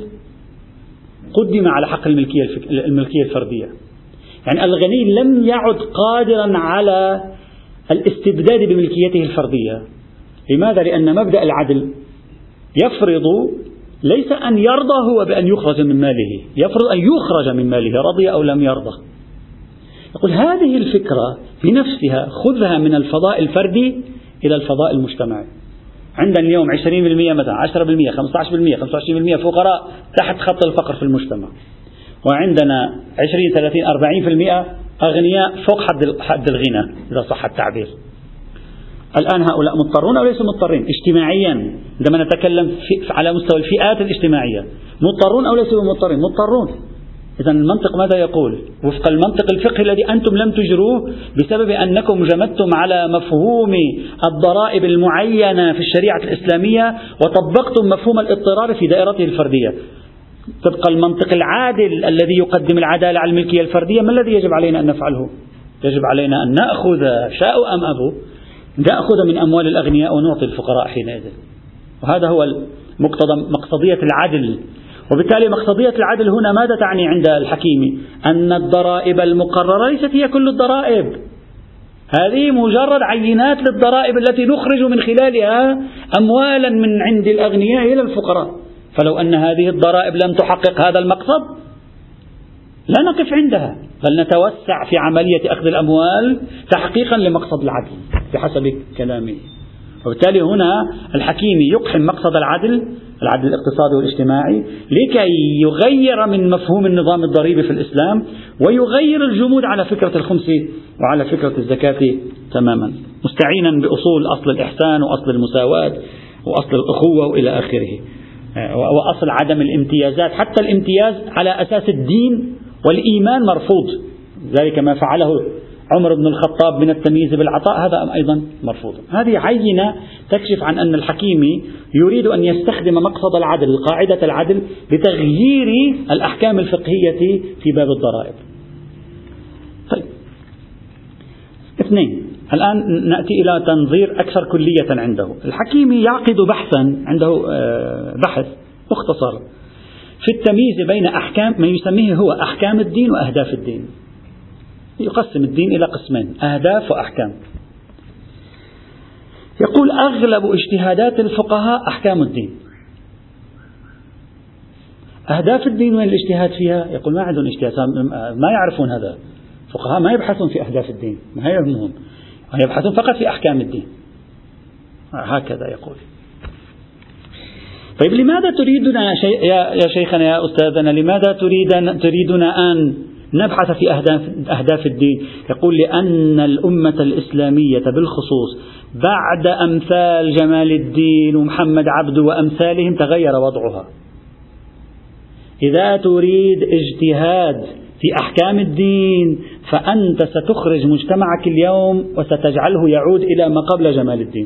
قدم على حق الملكية الملكية الفردية. يعني الغني لم يعد قادرا على الاستبداد بملكيته الفردية. لماذا؟ لأن مبدأ العدل يفرض ليس أن يرضى هو بأن يخرج من ماله، يفرض أن يخرج من ماله رضي أو لم يرضى. يقول هذه الفكرة بنفسها خذها من الفضاء الفردي إلى الفضاء المجتمعي. عندنا اليوم عشرين بالمئة مثلا، عشرة بالمئة، خمسة عشر بالمئة، خمسة وعشرين بالمئة فقراء تحت خط الفقر في المجتمع، وعندنا عشرين ثلاثين أربعين بالمئة أغنياء فوق حد حد الغنى إذا صح التعبير. الآن هؤلاء مضطرون أو ليسوا مضطرين اجتماعيا؟ عندما نتكلم في على مستوى الفئات الاجتماعية، مضطرون أو ليسوا مضطرين؟ مضطرون. إذا المنطق ماذا يقول؟ وفق المنطق الفقهي الذي أنتم لم تجروه بسبب أنكم جمدتم على مفهوم الضرائب المعينة في الشريعة الإسلامية وطبقتم مفهوم الاضطرار في دائرته الفردية. طبق المنطق العادل الذي يقدم العدالة على الملكية الفردية، ما الذي يجب علينا أن نفعله؟ يجب علينا أن نأخذ شاء أم أبوا، نأخذ من أموال الأغنياء ونعطي الفقراء حينئذ. وهذا هو مقتضى مقصدية العدل. وبالتالي مقصدية العدل هنا ماذا تعني عند الحكيم؟ أن الضرائب المقررة ليست هي كل الضرائب، هذه مجرد عينات للضرائب التي نخرج من خلالها أموالا من عند الأغنياء إلى الفقراء. فلو أن هذه الضرائب لم تحقق هذا المقصد لا نقف عندها، بل نتوسع في عملية أخذ الأموال تحقيقا لمقصد العدل بحسب كلامه. وبالتالي هنا الحكيم يقحم مقصد العدل، العدل الاقتصادي والاجتماعي، لكي يغير من مفهوم النظام الضريبي في الإسلام ويغير الجمود على فكرة الخمس وعلى فكرة الزكاة تماما، مستعينا بأصول أصل الإحسان وأصل المساواة وأصل الأخوة وإلى آخره، وأصل عدم الامتيازات. حتى الامتياز على أساس الدين والإيمان مرفوض، ذلك ما فعله عمر بن الخطاب من التمييز بالعطاء هذا أيضا مرفوض. هذه عينة تكشف عن أن الحكيم يريد أن يستخدم مقصد العدل، قاعدة العدل، لتغيير الأحكام الفقهية في باب الضرائب. طيب، اثنين، الآن نأتي إلى تنظير أكثر كلية عنده. الحكيم يعقد بحثا، عنده بحث مختصر في التمييز بين أحكام ما يسميه هو أحكام الدين وأهداف الدين. يقسم الدين إلى قسمين، أهداف وأحكام. يقول أغلب اجتهادات الفقهاء أحكام الدين. أهداف الدين وين الاجتهاد فيها؟ يقول ما عندهم اجتهاد، ما يعرفون هذا. الفقهاء ما يبحثون في أهداف الدين، ما يهمهم، يبحثون فقط في أحكام الدين. هكذا يقول. طيب لماذا تريدنا يا, شي... يا شيخنا يا أستاذنا، لماذا تريدنا, تريدنا أن نبحث في أهداف, أهداف الدين؟ يقول لأن الأمة الإسلامية بالخصوص بعد أمثال جمال الدين ومحمد عبده وأمثالهم تغير وضعها. إذا تريد اجتهاد في أحكام الدين فأنت ستخرج مجتمعك اليوم وستجعله يعود إلى ما قبل جمال الدين.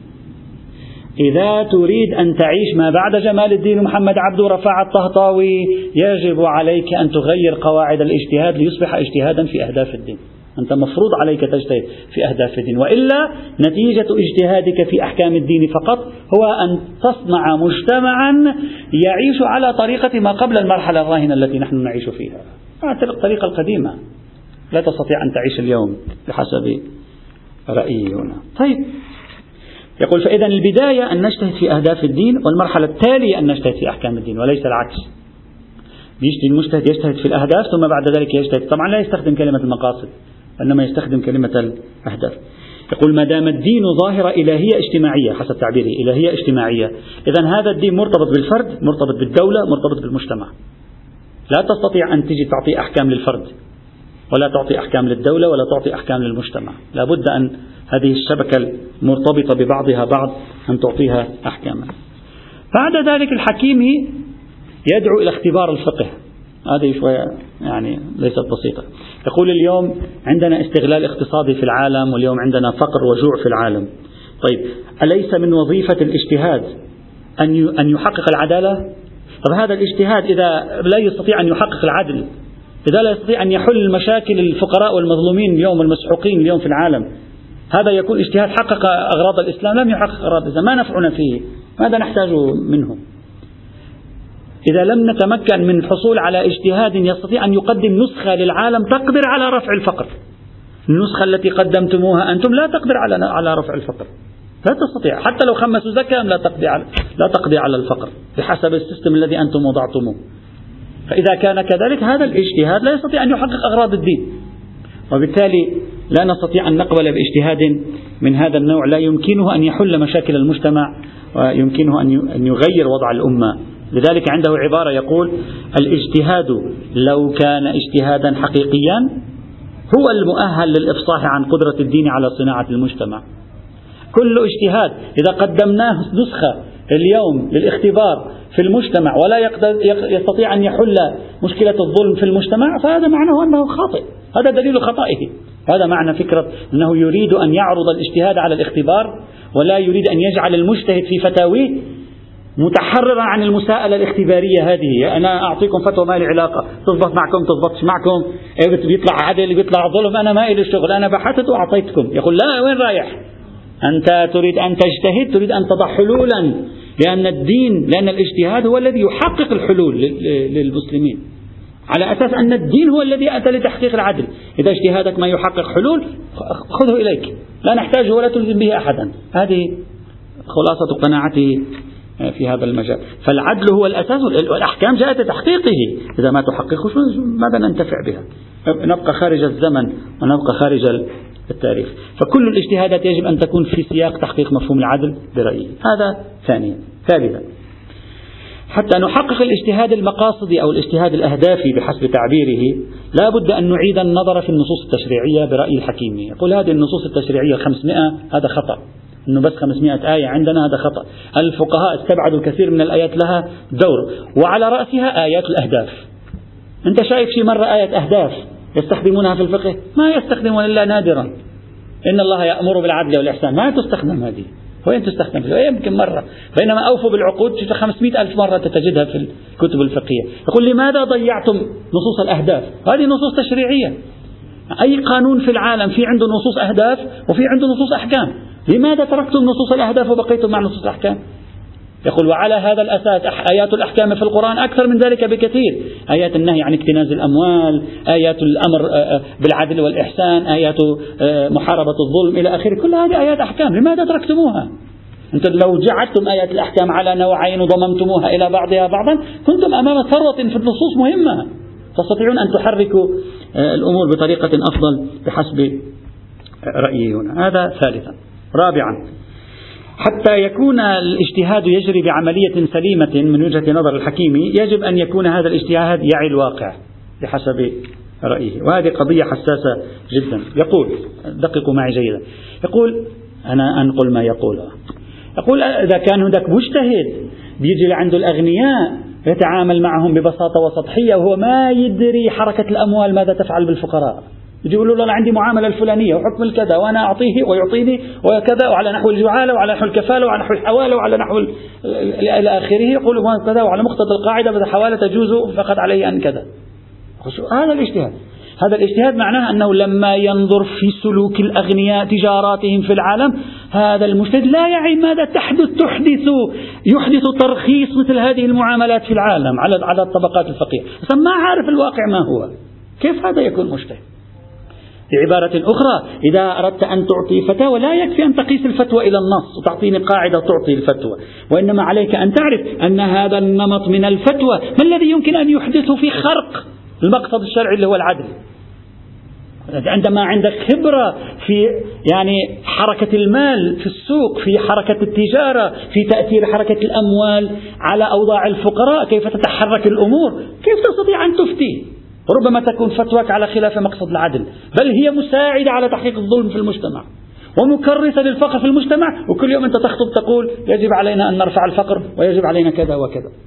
إذا تريد أن تعيش ما بعد جمال الدين ومحمد عبده ورفاعة الطهطاوي يجب عليك أن تغير قواعد الاجتهاد ليصبح اجتهادا في أهداف الدين. أنت مفروض عليك تجتهد في أهداف الدين، وإلا نتيجة اجتهادك في أحكام الدين فقط هو أن تصنع مجتمعا يعيش على طريقة ما قبل المرحلة الراهنة التي نحن نعيش فيها، الطريقة القديمة لا تستطيع أن تعيش اليوم بحسب رأيي هنا. طيب، يقول فإذا البداية أن نجتهد في أهداف الدين، والمرحلة التالية أن نجتهد في أحكام الدين، وليس العكس. بيجتهد المجتهد يجتهد في الأهداف ثم بعد ذلك يجتهد، طبعا لا يستخدم كلمة المقاصد وإنما يستخدم كلمة الأهداف. يقول ما دام الدين ظاهرة إلهية اجتماعية حسب تعبيره، إلهية اجتماعية، إذن هذا الدين مرتبط بالفرد، مرتبط بالدولة، مرتبط بالمجتمع. لا تستطيع أن تجي تعطي أحكام للفرد ولا تعطي أحكام للدولة ولا تعطي أحكام للمجتمع، لا بد أن هذه الشبكة المرتبطة ببعضها بعض أن تعطيها أحكاما. بعد ذلك الحكيم يدعو إلى اختبار الفقه. هذه شوية يعني ليست بسيطة. يقول اليوم عندنا استغلال اقتصادي في العالم، واليوم عندنا فقر وجوع في العالم. طيب أليس من وظيفة الاجتهاد أن أن يحقق العدالة؟ طب هذا الاجتهاد إذا لا يستطيع أن يحقق العدل، إذا لا يستطيع أن يحل مشاكل الفقراء والمظلومين اليوم والمسحوقين اليوم في العالم، هذا يكون اجتهاد حقق أغراض الإسلام؟ لم يحقق أغراض الإسلام، ما نفعنا فيه، ماذا نحتاج منه؟ إذا لم نتمكن من الحصول على اجتهاد يستطيع أن يقدم نسخة للعالم تقدر على رفع الفقر، النسخة التي قدمتموها أنتم لا تقدر على على رفع الفقر، لا تستطيع، حتى لو خمسوا زكاة لا تقضي على لا تقضي على الفقر بحسب السيستم الذي أنتم وضعتموه. فإذا كان كذلك هذا الاجتهاد لا يستطيع أن يحقق أغراض الدين، وبالتالي لا نستطيع أن نقبل باجتهاد من هذا النوع لا يمكنه أن يحل مشاكل المجتمع ويمكنه أن يغير وضع الأمة. لذلك عنده عبارة يقول: الاجتهاد لو كان اجتهادا حقيقيا هو المؤهل للإفصاح عن قدرة الدين على صناعة المجتمع. كل اجتهاد إذا قدمناه نسخة اليوم للاختبار في المجتمع ولا يستطيع أن يحل مشكلة الظلم في المجتمع، فهذا معناه أنه خاطئ، هذا دليل خطئه. هذا معنى فكرة أنه يريد أن يعرض الاجتهاد على الاختبار، ولا يريد أن يجعل المجتهد في فتاويه متحررا عن المساءلة الاختبارية هذه. أنا أعطيكم فتوى ما لي علاقة، تضبط معكم تضبطش معكم، بيطلع عدل بيطلع ظلم، أنا ما إلي الشغل، أنا بحثت وأعطيتكم. يقول لا، وين رايح؟ أنت تريد أن تجتهد، تريد أن تضع حلولا، لأن الدين لأن الاجتهاد هو الذي يحقق الحلول للمسلمين، على أساس أن الدين هو الذي أتى لتحقيق العدل. إذا اجتهادك ما يحقق حلول خذه إليك، لا نحتاجه ولا تلزم به أحدا. هذه خلاصة قناعتي في هذا المجال. فالعدل هو الأساس، والأحكام جاءت لتحقيقه، إذا ما تحققه ماذا ننتفع بها؟ نبقى خارج الزمن ونبقى خارج التاريخ. فكل الاجتهادات يجب أن تكون في سياق تحقيق مفهوم العدل برأيي. هذا ثانيا. ثالثا، حتى نحقق الاجتهاد المقاصدي أو الاجتهاد الأهدافي بحسب تعبيره، لا بد أن نعيد النظر في النصوص التشريعية برأي الحكيمي. يقول هذه النصوص التشريعية خمسمائة، هذا خطأ، أنه بس خمسمائة آية عندنا هذا خطأ. الفقهاء استبعدوا الكثير من الآيات لها دور، وعلى رأسها آيات الأهداف. أنت شايف شي مرة آية أهداف يستخدمونها في الفقه؟ ما يستخدمون إلا نادرا. إن الله يأمر بالعدل والإحسان، ما تستخدم هذه، وين تستخدم؟ يمكن مرة. بينما أوفوا بالعقود خمسمائة ألف مرة تجدها في الكتب الفقهية. يقول لماذا ضيعتم نصوص الأهداف؟ هذه نصوص تشريعية. أي قانون في العالم في عنده نصوص أهداف وفي عنده نصوص أحكام، لماذا تركتم نصوص الأهداف وبقيتم مع نصوص الأحكام؟ يقول وعلى هذا الأساس آيات الأحكام في القرآن أكثر من ذلك بكثير، آيات النهي عن اكتناز الأموال، آيات الأمر بالعدل والإحسان، آيات محاربة الظلم إلى آخره، كل هذه آيات أحكام، لماذا تركتموها؟ أنتم لو جعلتم آيات الأحكام على نوعين وضممتموها إلى بعضها بعضا كنتم أمام ثروة في النصوص مهمة، تستطيعون أن تحركوا الأمور بطريقة أفضل بحسب رأيي هنا. هذا ثالثا. رابعا، حتى يكون الاجتهاد يجري بعملية سليمة من وجهة نظر الحكيم، يجب أن يكون هذا الاجتهاد يعي الواقع بحسب رأيه، وهذه قضية حساسة جدا. يقول، دققوا معي جيدا، يقول، أنا أنقل ما يقوله، يقول إذا كان هناك مجتهد بيجي لعنده الأغنياء يتعامل معهم ببساطة وسطحية وهو ما يدري حركة الأموال ماذا تفعل بالفقراء، يجي يقولوا له أنا عندي معاملة الفلانية وحكم الكذا وأنا أعطيه ويعطيني وكذا، وعلى نحو الجعالة وعلى نحو الكفالة وعلى نحو الحوالة وعلى نحو إلى آخره، يقولوا كذا، وعلى مقتضى القاعدة إذا حوالة تجوز فقط عليه أن كذا. هذا الاجتهاد. هذا الاجتهاد معناه أنه لما ينظر في سلوك الأغنياء تجاراتهم في العالم، هذا المجتهد لا يعي ماذا تحدث تحدث يحدث ترخيص مثل هذه المعاملات في العالم على على الطبقات الفقيرة، ما عارف الواقع ما هو. كيف هذا يكون مجتهد؟ بعبارة أخرى، إذا أردت أن تعطي فتوى لا يكفي أن تقيس الفتوى إلى النص وتعطيني قاعدة تعطي الفتوى، وإنما عليك أن تعرف أن هذا النمط من الفتوى ما الذي يمكن أن يحدثه في خرق المقصد الشرعي اللي هو العدل. عندما عندك خبرة في يعني حركة المال في السوق، في حركة التجارة، في تأثير حركة الأموال على أوضاع الفقراء، كيف تتحرك الأمور، كيف تستطيع أن تفتي؟ ربما تكون فتواك على خلاف مقصد العدل، بل هي مساعدة على تحقيق الظلم في المجتمع ومكرسة للفقر في المجتمع، وكل يوم أنت تخطب تقول يجب علينا أن نرفع الفقر ويجب علينا كذا وكذا.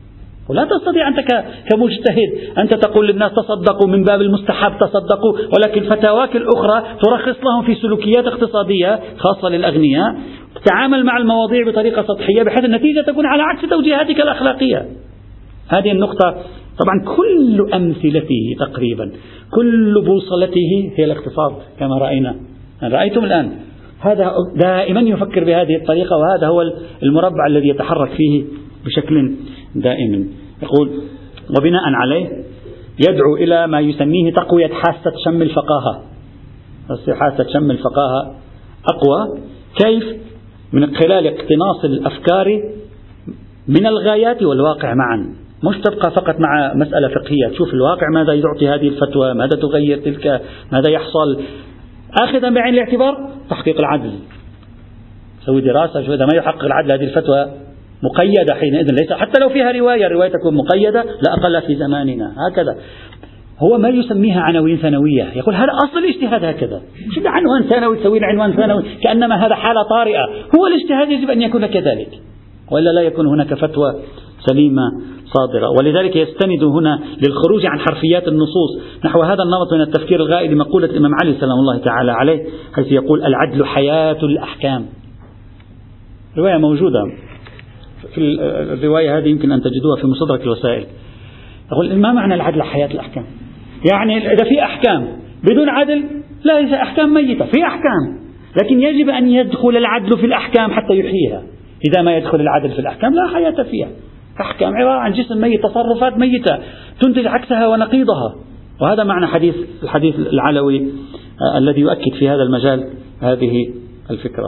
ولا تستطيع أنت كمجتهد أنت تقول للناس تصدقوا من باب المستحب تصدقوا، ولكن فتاواك الأخرى ترخص لهم في سلوكيات اقتصادية خاصة للأغنياء، تتعامل مع المواضيع بطريقة سطحية بحيث النتيجة تكون على عكس توجيهاتك الأخلاقية. هذه النقطة طبعا كل أمثلته تقريبا كل بوصلته هي الاقتصاد كما رأينا. رأيتم الآن هذا دائما يفكر بهذه الطريقة، وهذا هو المربع الذي يتحرك فيه بشكل دائم. يقول وبناء عليه يدعو إلى ما يسميه تقوية حاسة شم الفقاهة. حاسة شم الفقاهة أقوى كيف؟ من خلال اقتناص الأفكار من الغايات والواقع معا، مش تبقى فقط مع مسألة فقهية تشوف الواقع ماذا يعطي هذه الفتوى، ماذا تغير تلك، ماذا يحصل، أخذا بعين الاعتبار تحقيق العدل. سوي دراسة شو إذا ما يحقق العدل هذه الفتوى مقيدة حينئذ، ليس حتى لو فيها رواية الرواية تكون مقيدة لا أقل في زماننا. هكذا هو ما يسميها عناوين ثانوية، يقول هذا أصل الاجتهاد هكذا، شو عنوان ثانوي تسوي عنوان ثانوي كأنما هذا حالة طارئة. هو الاجتهاد يجب أن يكون كذلك وإلا لا يكون هناك فتوى سليمة صادرة. ولذلك يستند هنا للخروج عن حرفيات النصوص نحو هذا النمط من التفكير الغائي لمقولة الإمام علي سلام الله تعالى عليه، حيث يقول العدل حياة الأحكام. رواية موجودة في الرواية هذه يمكن أن تجدوها في مصدرك الوسائل. يقول ما معنى العدل حياة الأحكام؟ يعني إذا في أحكام بدون عدل لا، أحكام ميتة، في أحكام لكن يجب أن يدخل العدل في الأحكام حتى يحييها. إذا ما يدخل العدل في الأحكام لا حياة فيها. أحكام عبارة عن جسم ميت، تصرفات ميتة تنتج عكسها ونقيضها. وهذا معنى حديث الحديث العلوي آه الذي يؤكد في هذا المجال هذه الفكرة.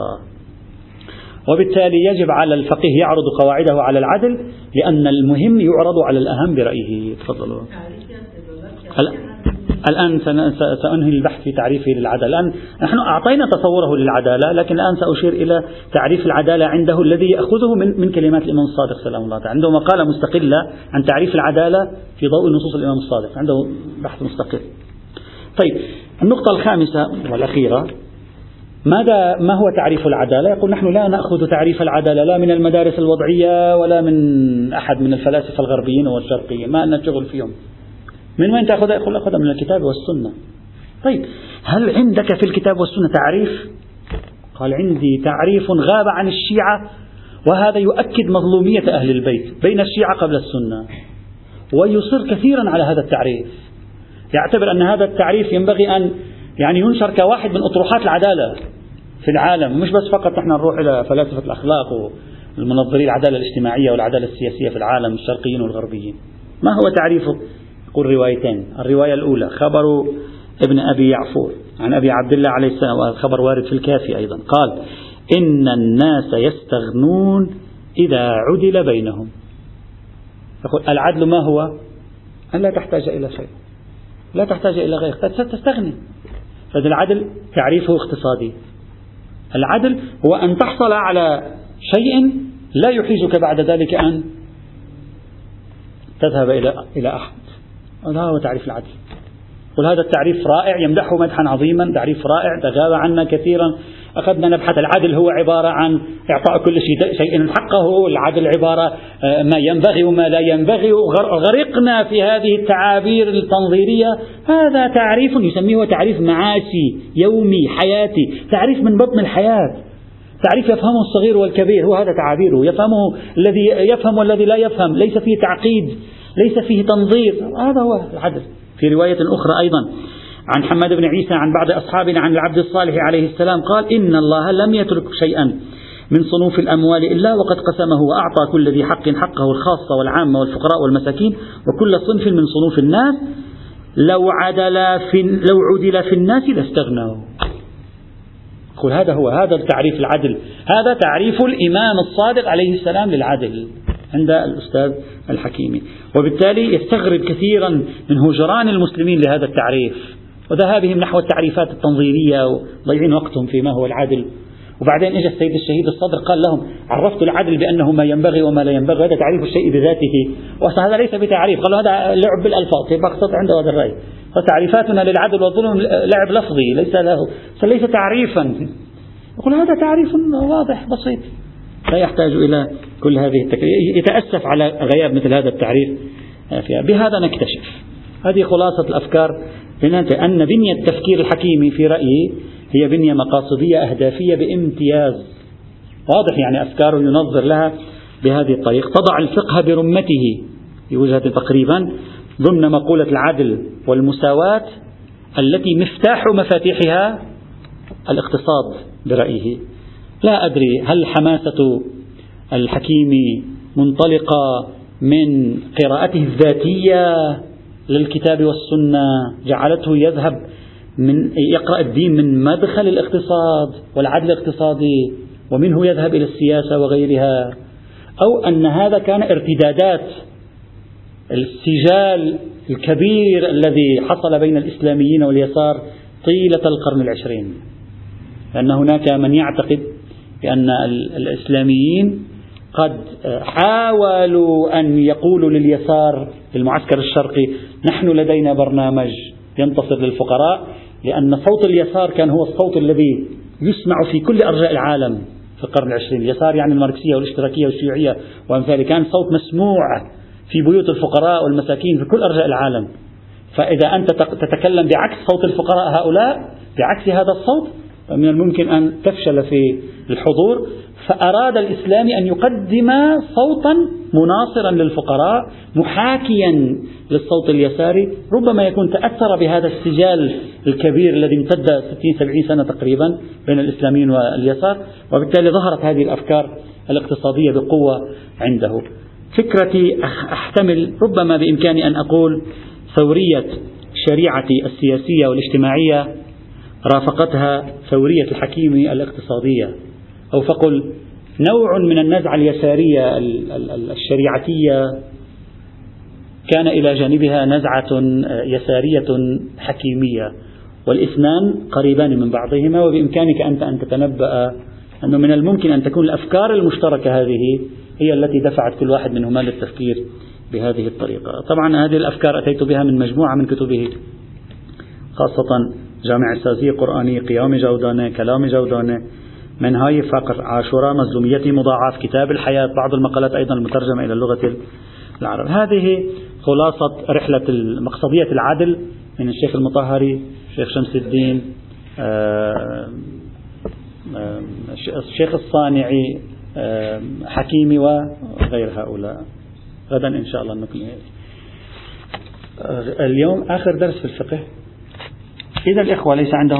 وبالتالي يجب على الفقيه يعرض قواعده على العدل، لأن المهم يعرض على الأهم برأيه. تفضلوا. الآن سأنهي البحث في تعريفه للعدالة. الآن نحن أعطينا تصوره للعدالة، لكن الآن سأشير إلى تعريف العدالة عنده الذي يأخذه من من كلمات الإمام الصادق سلام الله تعالى. عنده مقالة مستقلة عن تعريف العدالة في ضوء نصوص الإمام الصادق، عنده بحث مستقل. طيب النقطة الخامسة والأخيرة، ماذا ما هو تعريف العدالة؟ يقول نحن لا نأخذ تعريف العدالة لا من المدارس الوضعية ولا من أحد من الفلاسفة الغربيين والشرقيين، ما لنا شغل فيهم. من وين تأخذها؟ يقول أخذها من الكتاب والسنة. طيب هل عندك في الكتاب والسنة تعريف؟ قال عندي تعريف غاب عن الشيعة، وهذا يؤكد مظلومية أهل البيت بين الشيعة قبل السنة، ويصر كثيرا على هذا التعريف، يعتبر أن هذا التعريف ينبغي أن يعني ينشر كواحد من أطروحات العدالة في العالم، مش بس فقط نحن نروح إلى فلاسفة الأخلاق والمنظري العدالة الاجتماعية والعدالة السياسية في العالم الشرقيين والغربيين. ما هو تعريفه؟ يقول روايتين. الرواية الأولى خبر ابن أبي يعفور عن أبي عبد الله عليه السلام، والخبر وارد في الكافي أيضا، قال إن الناس يستغنون إذا عدل بينهم. يقول العدل ما هو؟ أن لا تحتاج إلى شيء، لا تحتاج إلى غير، ستستغني. فهذا العدل تعريفه اقتصادي. العدل هو أن تحصل على شيء لا يحيزك بعد ذلك أن تذهب إلى إلى أحد. هذا هو تعريف العدل. وهذا التعريف رائع، يمدحه مدحا عظيما، تعريف رائع تغاب عنا كثيرا. أخذنا نبحث العدل هو عبارة عن إعطاء كل شيء شيء حقه، العدل عبارة ما ينبغي وما لا ينبغي، غرقنا في هذه التعابير التنظيرية. هذا تعريف يسميه تعريف معاشي يومي حياتي، تعريف من بطن الحياة، تعريف يفهمه الصغير والكبير. هو هذا تعابيره، يفهمه الذي يفهم والذي لا يفهم، ليس فيه تعقيد، ليس فيه تنظير. هذا هو العدل. في رواية أخرى أيضا عن حماد بن عيسى عن بعض أصحابنا عن العبد الصالح عليه السلام قال إن الله لم يترك شيئا من صنوف الأموال إلا وقد قسمه وأعطى كل ذي حق حقه، الخاصة والعامة والفقراء والمساكين وكل صنف من صنوف الناس، لو عدل في لو عدل في الناس لاستغنوا. يقول هذا هو هذا التعريف العدل، هذا تعريف الإمام الصادق عليه السلام للعدل عند الأستاذ الحكيمي. وبالتالي يستغرب كثيرا من هجران المسلمين لهذا التعريف وذهابهم نحو التعريفات التنظيرية وضيعين وقتهم فيما هو العدل. وبعدين اجى السيد الشهيد الصدر قال لهم عرفت العدل بأنه ما ينبغي وما لا ينبغي، هذا تعريف الشيء بذاته، وهذا ليس بتعريف. قالوا هذا لعب بالألفاظ، في بقصة عنده هذا الرأي، فتعريفاتنا للعدل والظلم لعب لفظي ليس له ليس تعريفا. يقول هذا تعريف واضح بسيط، لا يحتاج إلى كل هذه التكليف. يتأسف على غياب مثل هذا التعريف فيها. بهذا نكتشف، هذه خلاصة الأفكار، أن بنية التفكير الحكيمي في رأيي هي بنية مقاصدية أهدافية بامتياز، واضح يعني أفكاره ينظر لها بهذه الطريقة. تضع الفقه برمته في وجهة تقريبا ضمن مقولة العدل والمساواة التي مفتاح مفاتيحها الاقتصاد برأيه. لا أدري هل حماسة الحكيم منطلقة من قراءته الذاتية للكتاب والسنة جعلته يذهب من يقرأ الدين من مدخل الاقتصاد والعدل الاقتصادي ومنه يذهب إلى السياسة وغيرها، أو أن هذا كان ارتدادات السجال الكبير الذي حصل بين الإسلاميين واليسار طيلة القرن العشرين، لأن هناك من يعتقد بأن الإسلاميين قد حاولوا أن يقولوا لليسار المعسكر الشرقي نحن لدينا برنامج ينتصر للفقراء، لأن صوت اليسار كان هو الصوت الذي يسمع في كل أرجاء العالم في القرن العشرين. اليسار يعني الماركسية والاشتراكية والشيوعية وأمثاله، كان صوت مسموع في بيوت الفقراء والمساكين في كل أرجاء العالم. فإذا أنت تتكلم بعكس صوت الفقراء هؤلاء بعكس هذا الصوت من الممكن أن تفشل في الحضور. فأراد الإسلام أن يقدم صوتا مناصرا للفقراء محاكيا للصوت اليساري، ربما يكون تأثر بهذا السجال الكبير الذي امتد ستين سبعين سنة تقريبا بين الإسلاميين واليسار، وبالتالي ظهرت هذه الأفكار الاقتصادية بقوة عنده. فكرتي أحتمل ربما بإمكاني أن أقول ثورية شريعتي السياسية والاجتماعية رافقتها ثورية الحكيم الاقتصادية، أو فقل نوع من النزعة اليسارية الشريعتية كان إلى جانبها نزعة يسارية حكيمية، والاثنان قريبان من بعضهما، وبإمكانك أنت أن تتنبأ أنه من الممكن أن تكون الأفكار المشتركة هذه هي التي دفعت كل واحد منهما للتفكير بهذه الطريقة. طبعا هذه الأفكار أتيت بها من مجموعة من كتبه، خاصة جامع السازية القرآني، قيام جودانة، كلام جودانة، منهاي فقر عاشوراء، مظلوميتي مضاعف، كتاب الحياة، بعض المقالات أيضا المترجمة إلى اللغة العربية. هذه خلاصة رحلة مقصدية العدل من الشيخ المطهري، الشيخ شمس الدين، الشيخ الصانعي، حكيمي وغير هؤلاء. غدا إن شاء الله نكمل. اليوم آخر درس في الفقه. إذا الإخوة ليس عندهم